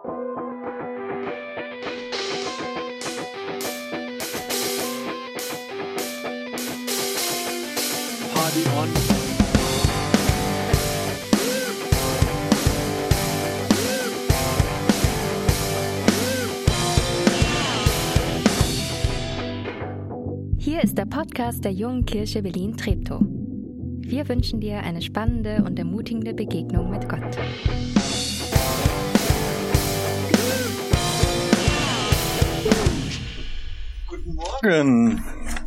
Party on. Hier ist der Podcast der Jungen Kirche Berlin-Treptow. Wir wünschen dir eine spannende und ermutigende Begegnung mit Gott. Guten Morgen.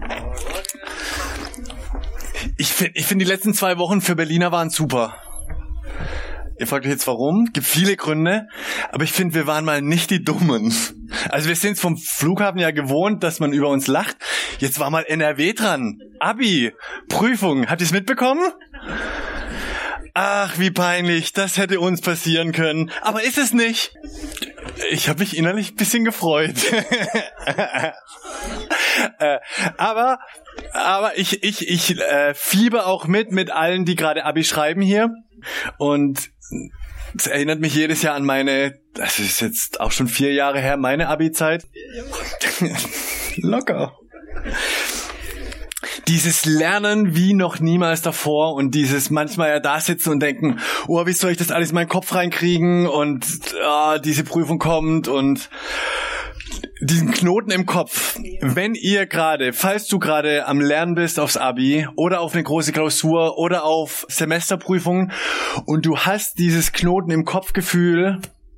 Ich finde, die letzten 2 Wochen für Berliner waren super. Ihr fragt euch jetzt warum? Gibt viele Gründe. Aber ich finde, wir waren mal nicht die Dummen. Also wir sind es vom Flughafen ja gewohnt, dass man über uns lacht. Jetzt war mal NRW dran. Abi, Prüfung. Habt ihr es mitbekommen? Ach, wie peinlich. Das hätte uns passieren können. Aber ist es nicht. Ich habe mich innerlich ein bisschen gefreut. Aber ich fieber auch mit allen, die gerade Abi schreiben hier. Und es erinnert mich jedes Jahr an das ist jetzt auch schon 4 Jahre her, meine Abi-Zeit. Locker. Dieses Lernen wie noch niemals davor und dieses manchmal ja da sitzen und denken, oh, wie soll ich das alles in meinen Kopf reinkriegen und diese Prüfung kommt und diesen Knoten im Kopf. Falls du gerade am Lernen bist aufs Abi oder auf eine große Klausur oder auf Semesterprüfungen und du hast dieses Knoten im Kopfgefühl,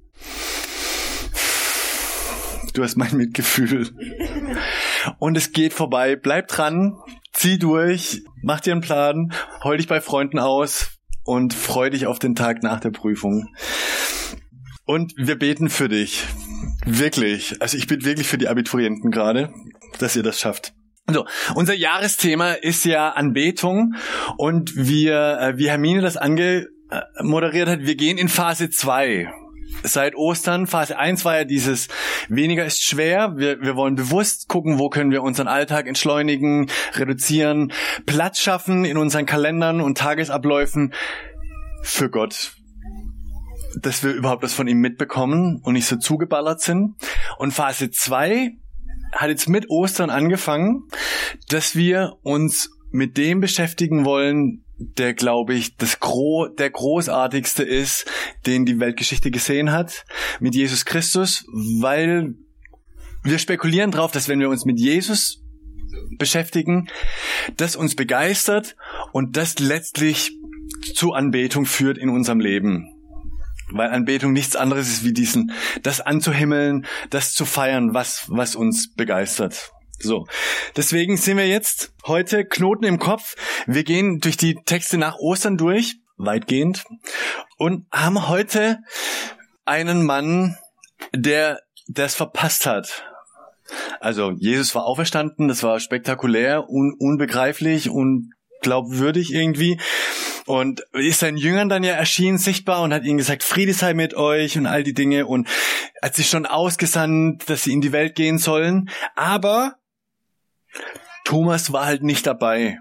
du hast mein Mitgefühl und es geht vorbei, bleib dran, zieh durch, mach dir einen Plan, heul dich bei Freunden aus und freu dich auf den Tag nach der Prüfung. Und wir beten für dich. Wirklich. Also ich bete wirklich für die Abiturienten gerade, dass ihr das schafft. Also, unser Jahresthema ist ja Anbetung und wie Hermine das moderiert hat, wir gehen in Phase 2. Seit Ostern, Phase 1 war ja dieses weniger ist schwer. Wir wollen bewusst gucken, wo können wir unseren Alltag entschleunigen, reduzieren, Platz schaffen in unseren Kalendern und Tagesabläufen für Gott. Dass wir überhaupt das von ihm mitbekommen und nicht so zugeballert sind. Und Phase 2 hat jetzt mit Ostern angefangen, dass wir uns mit dem beschäftigen wollen, der, glaube ich, der großartigste ist, den die Weltgeschichte gesehen hat, mit Jesus Christus, weil wir spekulieren drauf, dass wenn wir uns mit Jesus beschäftigen, das uns begeistert und das letztlich zu Anbetung führt in unserem Leben. Weil Anbetung nichts anderes ist wie das anzuhimmeln, das zu feiern, was uns begeistert. So. Deswegen sind wir jetzt heute Knoten im Kopf. Wir gehen durch die Texte nach Ostern durch, weitgehend, und haben heute einen Mann, der es verpasst hat. Also, Jesus war auferstanden, das war spektakulär, unbegreiflich, unglaubwürdig irgendwie. Und ist seinen Jüngern dann ja erschienen, sichtbar, und hat ihnen gesagt, Friede sei mit euch und all die Dinge, und hat sich schon ausgesandt, dass sie in die Welt gehen sollen. Aber Thomas war halt nicht dabei.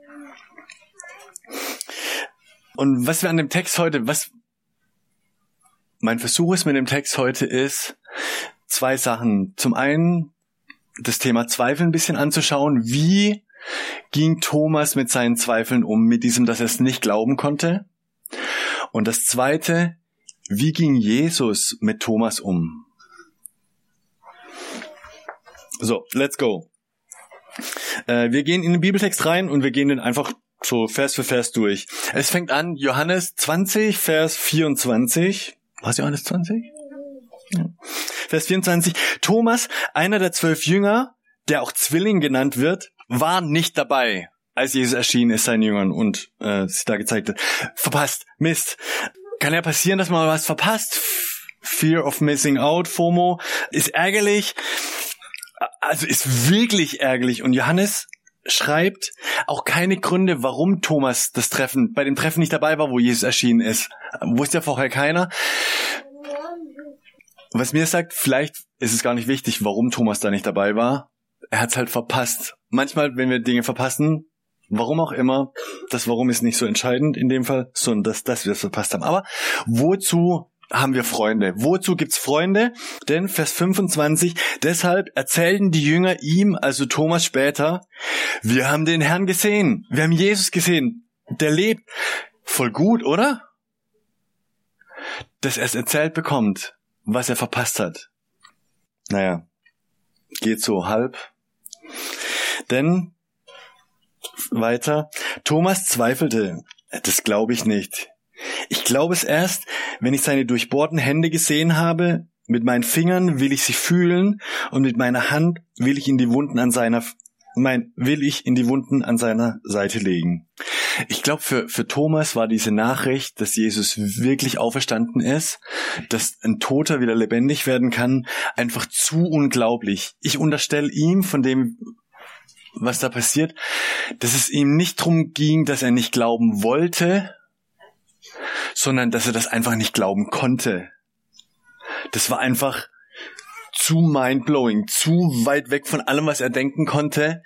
Und was wir an dem Text heute, mein Versuch ist mit dem Text heute ist, 2 Sachen. Zum einen das Thema Zweifel ein bisschen anzuschauen. Wie ging Thomas mit seinen Zweifeln um, mit diesem, dass er es nicht glauben konnte? Und das Zweite, wie ging Jesus mit Thomas um? So, let's go. Wir gehen in den Bibeltext rein und wir gehen den einfach so Vers für Vers durch. Es fängt an, Johannes 20, Vers 24. Was, Johannes 20? Ja. Vers 24. Thomas, einer der 12 Jünger, der auch Zwilling genannt wird, war nicht dabei, als Jesus erschienen ist seinen Jüngern und sich da gezeigt hat. Verpasst. Mist. Kann ja passieren, dass man was verpasst. Fear of missing out, FOMO, ist ärgerlich. Also ist wirklich ärgerlich. Und Johannes schreibt auch keine Gründe, warum Thomas bei dem Treffen nicht dabei war, wo Jesus erschienen ist. Wusste ja vorher keiner. Was mir sagt, vielleicht ist es gar nicht wichtig, warum Thomas da nicht dabei war. Er hat es halt verpasst. Manchmal, wenn wir Dinge verpassen, warum auch immer, das Warum ist nicht so entscheidend in dem Fall, sondern dass wir es verpasst haben. Aber wozu haben wir Freunde. Wozu gibt's Freunde? Denn Vers 25, deshalb erzählten die Jünger ihm, also Thomas später, wir haben den Herrn gesehen, wir haben Jesus gesehen, der lebt. Voll gut, oder? Dass er es erzählt bekommt, was er verpasst hat. Naja, geht so halb. Denn, weiter, Thomas zweifelte. Das glaube ich nicht. Ich glaube es erst, wenn ich seine durchbohrten Hände gesehen habe. Mit meinen Fingern will ich sie fühlen und mit meiner Hand will ich in die Wunden an seiner Seite legen. Ich glaube, für Thomas war diese Nachricht, dass Jesus wirklich auferstanden ist, dass ein Toter wieder lebendig werden kann, einfach zu unglaublich. Ich unterstelle ihm von dem, was da passiert, dass es ihm nicht darum ging, dass er nicht glauben wollte, sondern dass er das einfach nicht glauben konnte. Das war einfach zu mindblowing, zu weit weg von allem, was er denken konnte.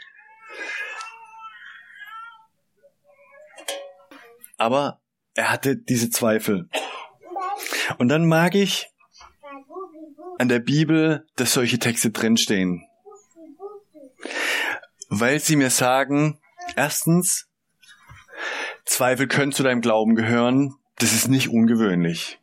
Aber er hatte diese Zweifel. Und dann mag ich an der Bibel, dass solche Texte drinstehen. Weil sie mir sagen, erstens, Zweifel können zu deinem Glauben gehören. Das ist nicht ungewöhnlich.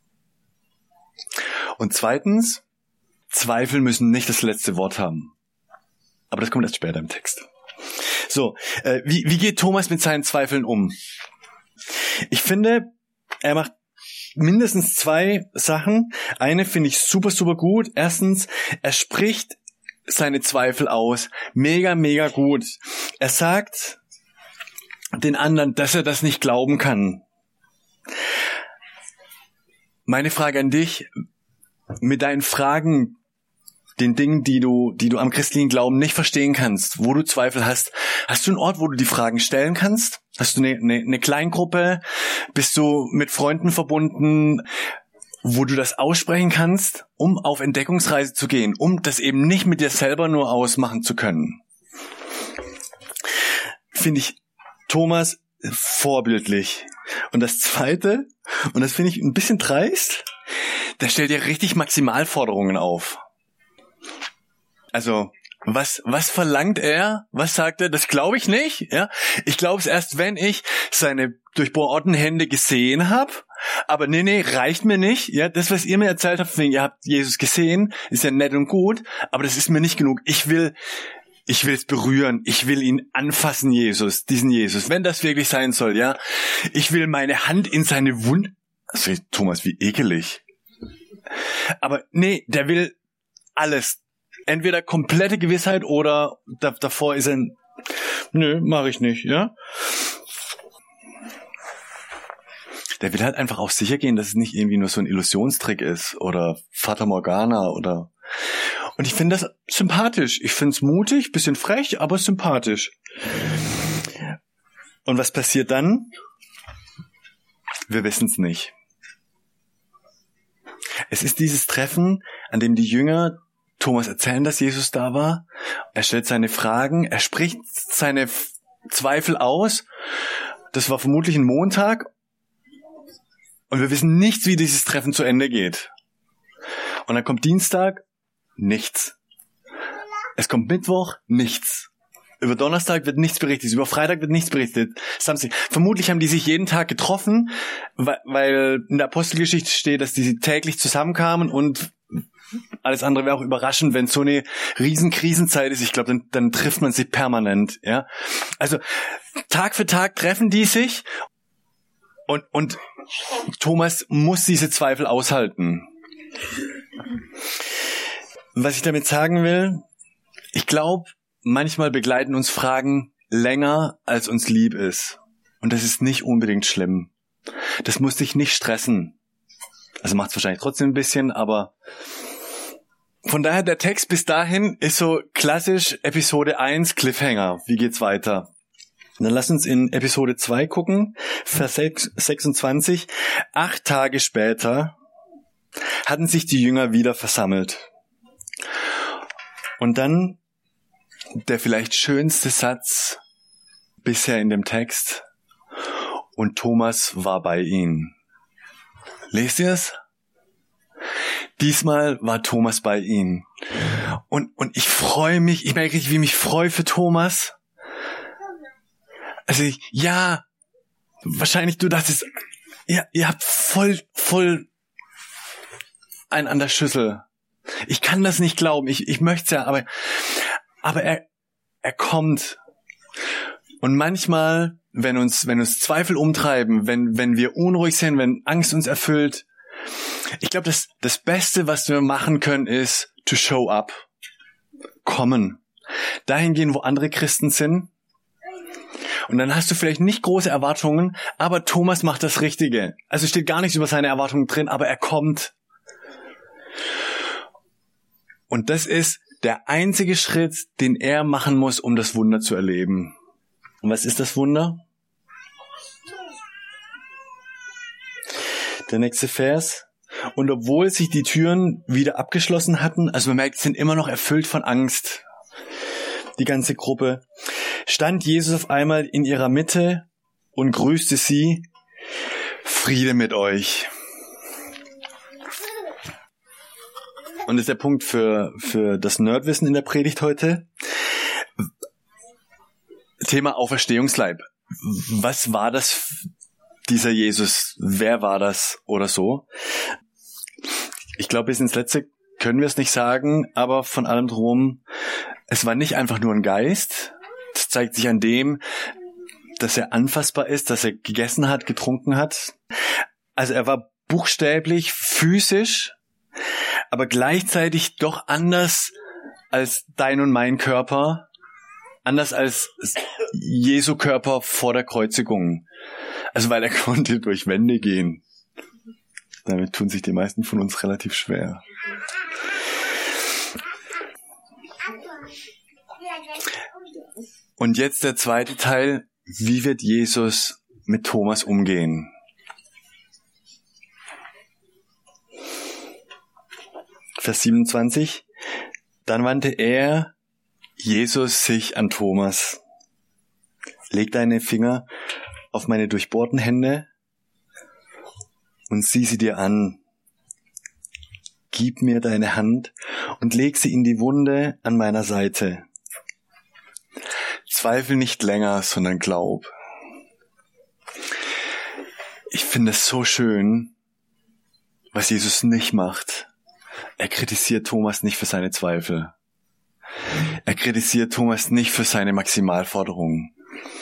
Und zweitens, Zweifel müssen nicht das letzte Wort haben. Aber das kommt erst später im Text. So, wie geht Thomas mit seinen Zweifeln um? Ich finde, er macht mindestens 2 Sachen. Eine finde ich super, super gut. Erstens, er spricht seine Zweifel aus. Mega, mega gut. Er sagt den anderen, dass er das nicht glauben kann. Meine Frage an dich, mit deinen Fragen, den Dingen, die du am christlichen Glauben nicht verstehen kannst, wo du Zweifel hast, hast du einen Ort, wo du die Fragen stellen kannst? Hast du eine Kleingruppe? Bist du mit Freunden verbunden, wo du das aussprechen kannst, um auf Entdeckungsreise zu gehen, um das eben nicht mit dir selber nur ausmachen zu können? Finde ich Thomas vorbildlich. Und das Zweite, und das finde ich ein bisschen dreist, der stellt ja richtig Maximalforderungen auf. Also, was verlangt er? Was sagt er? Das glaube ich nicht. Ja, ich glaube es erst, wenn ich seine durchbohrten Hände gesehen habe. Aber nee, reicht mir nicht. Ja, das, was ihr mir erzählt habt, ihr habt Jesus gesehen, ist ja nett und gut, aber das ist mir nicht genug. Ich will es berühren. Ich will ihn anfassen, diesen Jesus. Wenn das wirklich sein soll, ja. Ich will meine Hand in seine Wunde. Also, Thomas, wie ekelig. Aber nee, der will alles. Entweder komplette Gewissheit oder davor ist nö, mache ich nicht, ja. Der will halt einfach auch sicher gehen, dass es nicht irgendwie nur so ein Illusionstrick ist oder Fata Morgana oder. Und ich finde das sympathisch. Ich finde es mutig, bisschen frech, aber sympathisch. Und was passiert dann? Wir wissen es nicht. Es ist dieses Treffen, an dem die Jünger Thomas erzählen, dass Jesus da war. Er stellt seine Fragen, er spricht seine Zweifel aus. Das war vermutlich ein Montag. Und wir wissen nichts, wie dieses Treffen zu Ende geht. Und dann kommt Dienstag, nichts. Es kommt Mittwoch, nichts. Über Donnerstag wird nichts berichtet, über Freitag wird nichts berichtet. Samstag. Vermutlich haben die sich jeden Tag getroffen, weil in der Apostelgeschichte steht, dass die täglich zusammenkamen und alles andere wäre auch überraschend, wenn so eine riesen Krisenzeit ist. Ich glaube, dann trifft man sich permanent. Ja, also Tag für Tag treffen die sich und Thomas muss diese Zweifel aushalten. Was ich damit sagen will, ich glaube, manchmal begleiten uns Fragen länger, als uns lieb ist. Und das ist nicht unbedingt schlimm. Das muss dich nicht stressen. Also macht es wahrscheinlich trotzdem ein bisschen, aber von daher, der Text bis dahin ist so klassisch Episode 1 Cliffhanger. Wie geht's weiter? Und dann lass uns in Episode 2 gucken, Vers 26. 8 Tage später hatten sich die Jünger wieder versammelt. Und dann der vielleicht schönste Satz bisher in dem Text. Und Thomas war bei ihnen. Lest ihr es? Diesmal war Thomas bei ihnen. Und ich freue mich, ich merke richtig, wie ich mich freue für Thomas. Also ja, wahrscheinlich du dachtest, ihr habt voll einen an der Schüssel. Ich kann das nicht glauben, ich möchte es ja, aber er kommt. Und manchmal, wenn uns Zweifel umtreiben, wenn wir unruhig sind, wenn Angst uns erfüllt, ich glaube, das Beste, was wir machen können, ist to show up. Kommen. Dahin gehen, wo andere Christen sind. Und dann hast du vielleicht nicht große Erwartungen, aber Thomas macht das Richtige. Also steht gar nichts über seine Erwartungen drin, aber er kommt. Und das ist der einzige Schritt, den er machen muss, um das Wunder zu erleben. Und was ist das Wunder? Der nächste Vers. Und obwohl sich die Türen wieder abgeschlossen hatten, also man merkt, sie sind immer noch erfüllt von Angst, die ganze Gruppe, stand Jesus auf einmal in ihrer Mitte und grüßte sie: Friede mit euch. Und das ist der Punkt für das Nerdwissen in der Predigt heute. Thema Auferstehungsleib. Was war das, dieser Jesus? Wer war das oder so? Ich glaube, bis ins Letzte können wir es nicht sagen, aber von allem drum, es war nicht einfach nur ein Geist. Das zeigt sich an dem, dass er anfassbar ist, dass er gegessen hat, getrunken hat. Also er war buchstäblich physisch, aber gleichzeitig doch anders als dein und mein Körper, anders als Jesu Körper vor der Kreuzigung. Also weil er konnte durch Wände gehen. Damit tun sich die meisten von uns relativ schwer. Und jetzt der zweite Teil. Wie wird Jesus mit Thomas umgehen? Vers 27. Dann wandte Jesus sich an Thomas. Leg deine Finger auf meine durchbohrten Hände und sieh sie dir an. Gib mir deine Hand und leg sie in die Wunde an meiner Seite. Zweifel nicht länger, sondern glaub. Ich finde es so schön, was Jesus nicht macht. Er kritisiert Thomas nicht für seine Zweifel. Er kritisiert Thomas nicht für seine Maximalforderungen.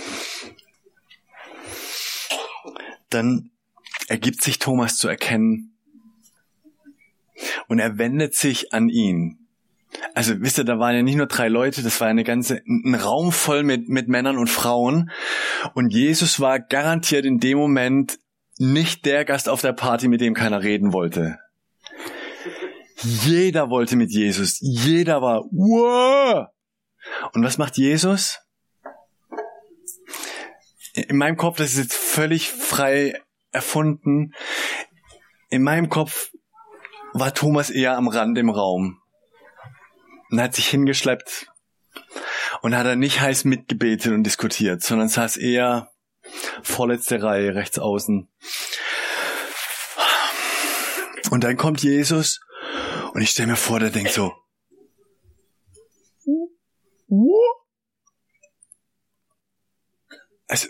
Dann ergibt sich Thomas zu erkennen und er wendet sich an ihn. Also wisst ihr, da waren ja nicht nur 3 Leute, das war ein Raum voll mit Männern und Frauen und Jesus war garantiert in dem Moment nicht der Gast auf der Party, mit dem keiner reden wollte. Jeder wollte mit Jesus, jeder war, wow! Und was macht Jesus? In meinem Kopf, das ist jetzt völlig frei erfunden, in meinem Kopf war Thomas eher am Rand im Raum und hat sich hingeschleppt und hat dann nicht heiß mitgebetet und diskutiert, sondern saß eher vorletzte Reihe, rechts außen. Und dann kommt Jesus und ich stelle mir vor, der denkt so, also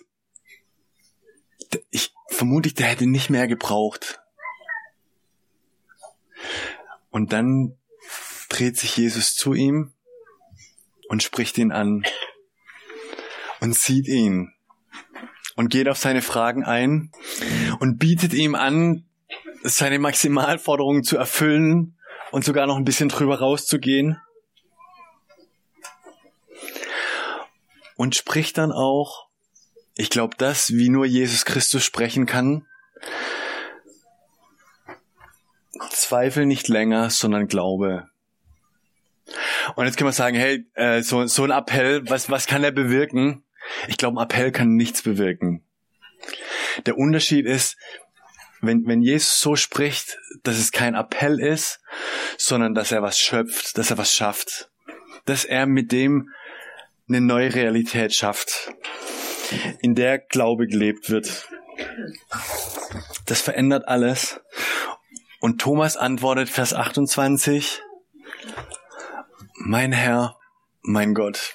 vermutlich, der hätte nicht mehr gebraucht. Und dann dreht sich Jesus zu ihm und spricht ihn an und sieht ihn und geht auf seine Fragen ein und bietet ihm an, seine Maximalforderungen zu erfüllen und sogar noch ein bisschen drüber rauszugehen. Und spricht dann auch, ich glaube, das, wie nur Jesus Christus sprechen kann, Zweifel nicht länger, sondern Glaube. Und jetzt kann man sagen, hey, so ein Appell, was kann der bewirken? Ich glaube, ein Appell kann nichts bewirken. Der Unterschied ist, wenn Jesus so spricht, dass es kein Appell ist, sondern dass er was schöpft, dass er was schafft, dass er mit dem eine neue Realität schafft, in der Glaube gelebt wird. Das verändert alles. Und Thomas antwortet, Vers 28, mein Herr, mein Gott.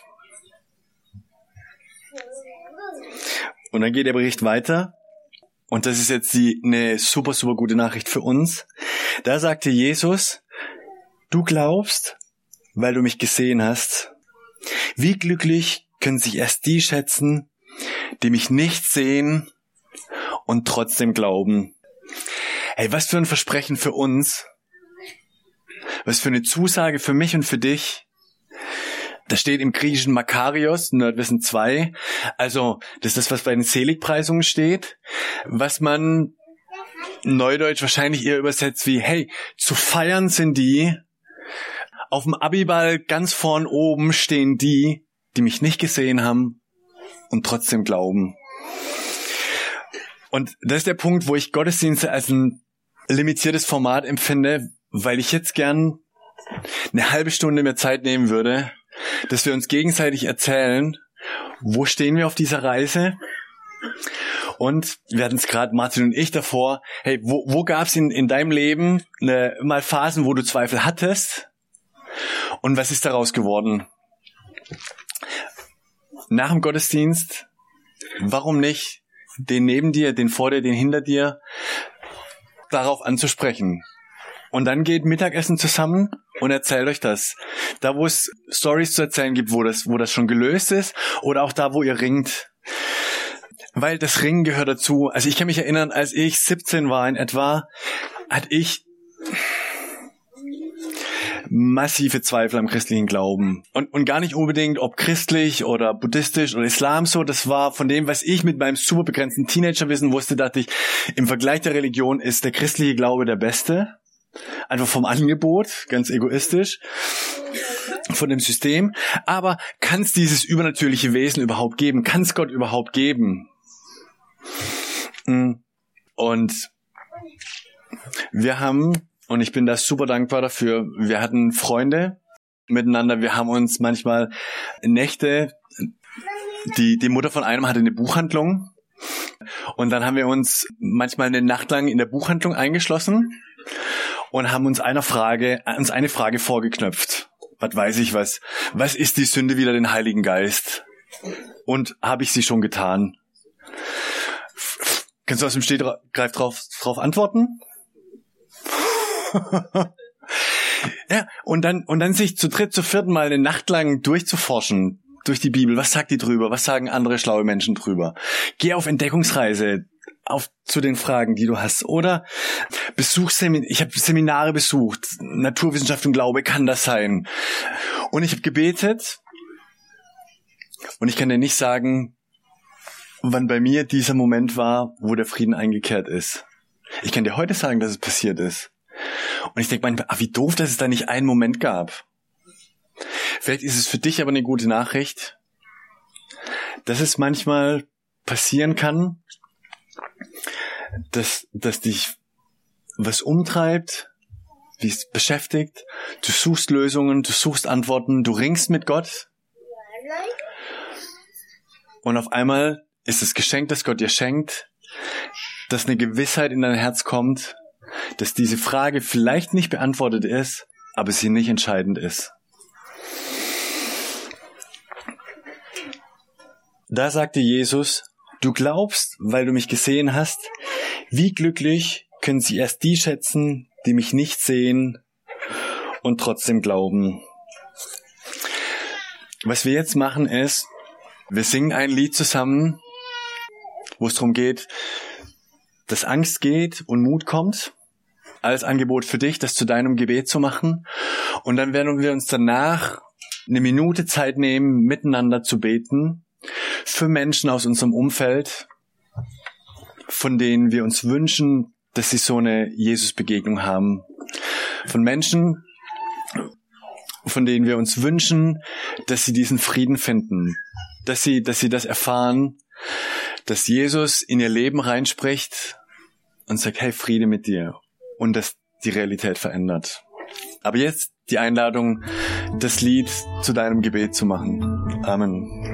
Und dann geht der Bericht weiter. Und das ist jetzt eine super, super gute Nachricht für uns. Da sagte Jesus, du glaubst, weil du mich gesehen hast. Wie glücklich können sich erst die schätzen, die mich nicht sehen und trotzdem glauben. Hey, was für ein Versprechen für uns. Was für eine Zusage für mich und für dich. Da steht im Griechischen Makarios, Nerdwissen 2. Also, das ist das, was bei den Seligpreisungen steht. Was man neudeutsch wahrscheinlich eher übersetzt wie, hey, zu feiern sind die. Auf dem Abiball ganz vorn oben stehen die, die mich nicht gesehen haben und trotzdem glauben. Und das ist der Punkt, wo ich Gottesdienste als ein limitiertes Format empfinde, weil ich jetzt gern eine halbe Stunde mehr Zeit nehmen würde, dass wir uns gegenseitig erzählen, wo stehen wir auf dieser Reise? Und wir hatten es gerade, Martin und ich, davor, hey, wo gab es in deinem Leben mal Phasen, wo du Zweifel hattest? Und was ist daraus geworden? Nach dem Gottesdienst, warum nicht den neben dir, den vor dir, den hinter dir, darauf anzusprechen? Und dann geht Mittagessen zusammen und erzählt euch das. Da, wo es Storys zu erzählen gibt, wo das schon gelöst ist, oder auch da, wo ihr ringt. Weil das Ringen gehört dazu. Also ich kann mich erinnern, als ich 17 war in etwa, hatte ich massive Zweifel am christlichen Glauben. Und gar nicht unbedingt, ob christlich oder buddhistisch oder Islam so. Das war von dem, was ich mit meinem super begrenzten Teenagerwissen wusste, dachte ich, im Vergleich der Religion ist der christliche Glaube der beste. Einfach vom Angebot, ganz egoistisch, von dem System. Aber kann es dieses übernatürliche Wesen überhaupt geben? Kann es Gott überhaupt geben? Und wir haben, und ich bin da super dankbar dafür, wir hatten Freunde miteinander, wir haben uns manchmal Nächte, die Mutter von einem hatte eine Buchhandlung, und dann haben wir uns manchmal eine Nacht lang in der Buchhandlung eingeschlossen und haben uns eine Frage vorgeknöpft. Was weiß ich was? Was ist die Sünde wider den Heiligen Geist? Und habe ich sie schon getan? Kannst du aus dem Stegreif drauf antworten? Ja, und dann sich zu dritt, zu vierten Mal eine Nacht lang durchzuforschen durch die Bibel. Was sagt die drüber? Was sagen andere schlaue Menschen drüber? Geh auf Entdeckungsreise zu den Fragen, die du hast. Oder ich habe Seminare besucht. Naturwissenschaft und Glaube, kann das sein? Und ich habe gebetet. Und ich kann dir nicht sagen, wann bei mir dieser Moment war, wo der Frieden eingekehrt ist. Ich kann dir heute sagen, dass es passiert ist. Und ich denke manchmal, wie doof, dass es da nicht einen Moment gab. Vielleicht ist es für dich aber eine gute Nachricht, dass es manchmal passieren kann, dass dich was umtreibt, wie es beschäftigt. Du suchst Lösungen, du suchst Antworten, du ringst mit Gott. Und auf einmal ist das Geschenk, das Gott dir schenkt, dass eine Gewissheit in dein Herz kommt, dass diese Frage vielleicht nicht beantwortet ist, aber sie nicht entscheidend ist. Da sagte Jesus, du glaubst, weil du mich gesehen hast, wie glücklich können sie erst die schätzen, die mich nicht sehen und trotzdem glauben. Was wir jetzt machen ist, wir singen ein Lied zusammen, wo es darum geht, dass Angst geht und Mut kommt, als Angebot für dich, das zu deinem Gebet zu machen. Und dann werden wir uns danach eine Minute Zeit nehmen, miteinander zu beten, für Menschen aus unserem Umfeld, von denen wir uns wünschen, dass sie so eine Jesus-Begegnung haben. Von Menschen, von denen wir uns wünschen, dass sie diesen Frieden finden, dass sie das erfahren, dass Jesus in ihr Leben reinspricht und sagt, hey, Friede mit dir, und dass die Realität verändert. Aber jetzt die Einladung, das Lied zu deinem Gebet zu machen. Amen.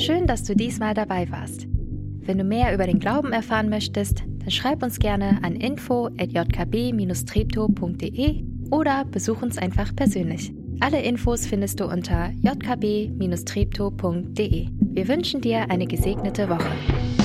Schön, dass du diesmal dabei warst. Wenn du mehr über den Glauben erfahren möchtest, dann schreib uns gerne an info@jkb-treptow.de oder besuch uns einfach persönlich. Alle Infos findest du unter jkb-treptow.de. Wir wünschen dir eine gesegnete Woche.